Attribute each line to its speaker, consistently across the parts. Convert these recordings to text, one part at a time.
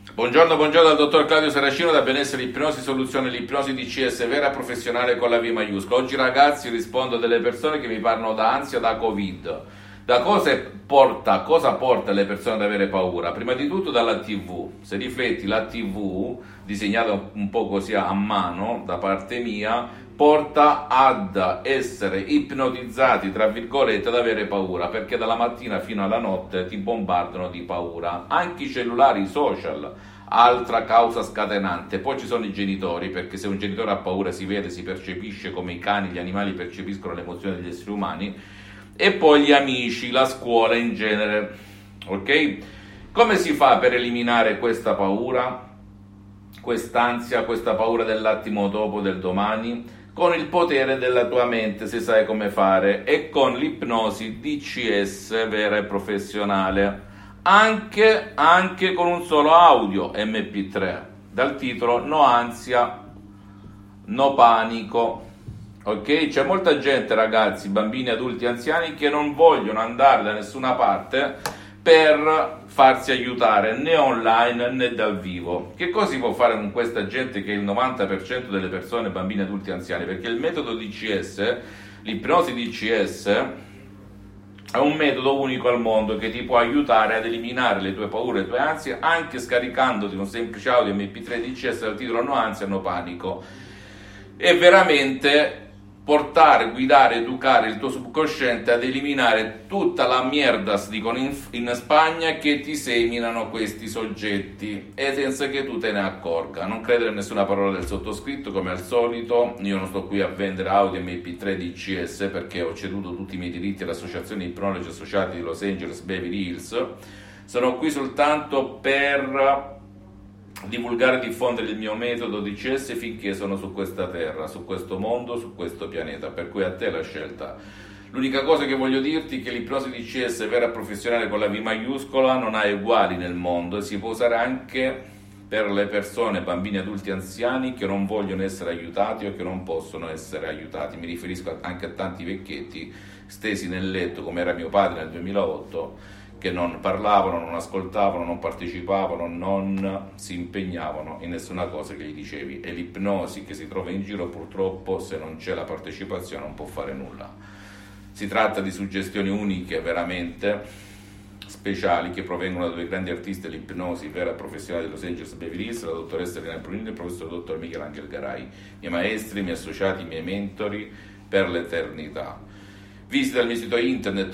Speaker 1: Buongiorno dal dottor Claudio Saracino da Benessere Ipnosi Soluzione, l'ipnosi DCS vera professionale con la V maiuscola. Oggi ragazzi rispondo a delle persone che mi parlano da ansia da Covid. Cosa porta le persone ad avere paura? Prima di tutto dalla TV. Se rifletti, la TV, disegnata un po' così a mano da parte mia, porta ad essere ipnotizzati, tra virgolette, ad avere paura, perché dalla mattina fino alla notte ti bombardano di paura. Anche i cellulari, i social, altra causa scatenante. Poi ci sono i genitori, perché se un genitore ha paura si vede, si percepisce come i cani, gli animali percepiscono le emozioni degli esseri umani. E poi gli amici, la scuola in genere, ok? Come si fa per eliminare questa paura, quest'ansia, questa paura dell'attimo dopo, del domani? Con il potere della tua mente, se sai come fare, e con l'ipnosi DCS vera e professionale, anche con un solo audio MP3, dal titolo No ansia, no panico. Ok, c'è molta gente, ragazzi, bambini, adulti, anziani, che non vogliono andare da nessuna parte per farsi aiutare né online né dal vivo. Che cosa si può fare con questa gente, che è il 90% delle persone, bambini, adulti, anziani? Perché il metodo DCS, l'ipnosi DCS, è un metodo unico al mondo che ti può aiutare ad eliminare le tue paure e le tue ansie, anche scaricandoti un semplice audio MP3 DCS dal titolo No ansia, no panico. E veramente portare, guidare, educare il tuo subconsciente ad eliminare tutta la mierdas, dicono in Spagna, che ti seminano questi soggetti, e senza che tu te ne accorga. Non credere a nessuna parola del sottoscritto, come al solito. Io non sto qui a vendere audio MP3 DCS, perché ho ceduto tutti i miei diritti all'associazione di ipnologi associati di Los Angeles Beverly Hills. Sono qui soltanto per divulgare e diffondere il mio metodo DCS finché sono su questa terra, su questo mondo, su questo pianeta, per cui a te la scelta. L'unica cosa che voglio dirti è che l'ipnosi DCS vera professionale con la V maiuscola non ha uguali nel mondo e si può usare anche per le persone, bambini, adulti, anziani, che non vogliono essere aiutati o che non possono essere aiutati. Mi riferisco anche a tanti vecchietti stesi nel letto, come era mio padre nel 2008, che non parlavano, non ascoltavano, non partecipavano, non si impegnavano in nessuna cosa che gli dicevi. E l'ipnosi che si trova in giro, purtroppo, se non c'è la partecipazione non può fare nulla. Si tratta di suggestioni uniche, veramente speciali, che provengono da due grandi artisti dell'ipnosi vera professionale di Los Angeles Beverly Hills, la dottoressa Elena Brunini e il professor dottor Michelangelo Garai, miei maestri, miei associati, miei mentori per l'eternità. Visita il mio sito internet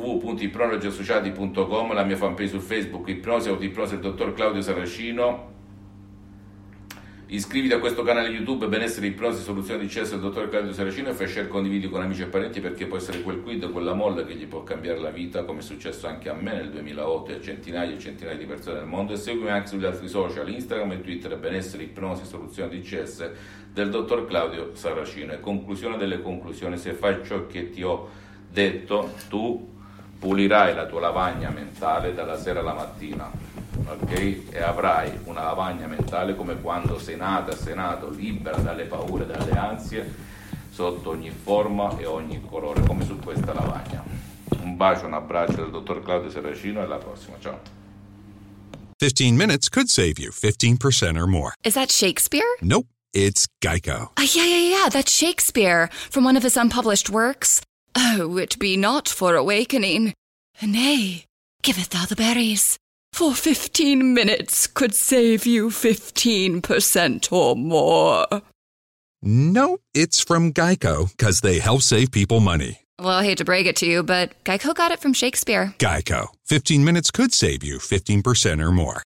Speaker 1: www.ipnologiassociati.com, la mia fanpage su Facebook, Ipnosi Autoipnosi del dottor Claudio Saracino. Iscriviti a questo canale YouTube Benessere Ipnosi Soluzione DCS del dottor Claudio Saracino e fai share, condividi con amici e parenti, perché può essere quel quid, quella molla che gli può cambiare la vita, come è successo anche a me nel 2008 e a centinaia e centinaia di persone nel mondo. E seguimi anche sugli altri social, Instagram e Twitter, Benessere Ipnosi Soluzione DCS del dottor Claudio Saracino. E conclusione delle conclusioni: se fai ciò che ti ho detto, tu pulirai la tua lavagna mentale dalla sera alla mattina, ok? E avrai una lavagna mentale come quando sei nato, libera dalle paure, dalle ansie, sotto ogni forma e ogni colore, come su questa lavagna. Un bacio, un abbraccio dal dottor Claudio Saracino e alla prossima, ciao.
Speaker 2: 15 minutes could save you 15% or more.
Speaker 3: Is that Shakespeare?
Speaker 2: Nope, it's Geico.
Speaker 3: Yeah, that's Shakespeare from one of his unpublished works. Oh, it be not for awakening. Nay, giveth thou the berries. For 15 minutes could save you 15% or more.
Speaker 2: No, it's from Geico, because they help save people money.
Speaker 3: Well, I hate to break it to you, but Geico got it from Shakespeare.
Speaker 2: Geico. 15 minutes could save you 15% or more.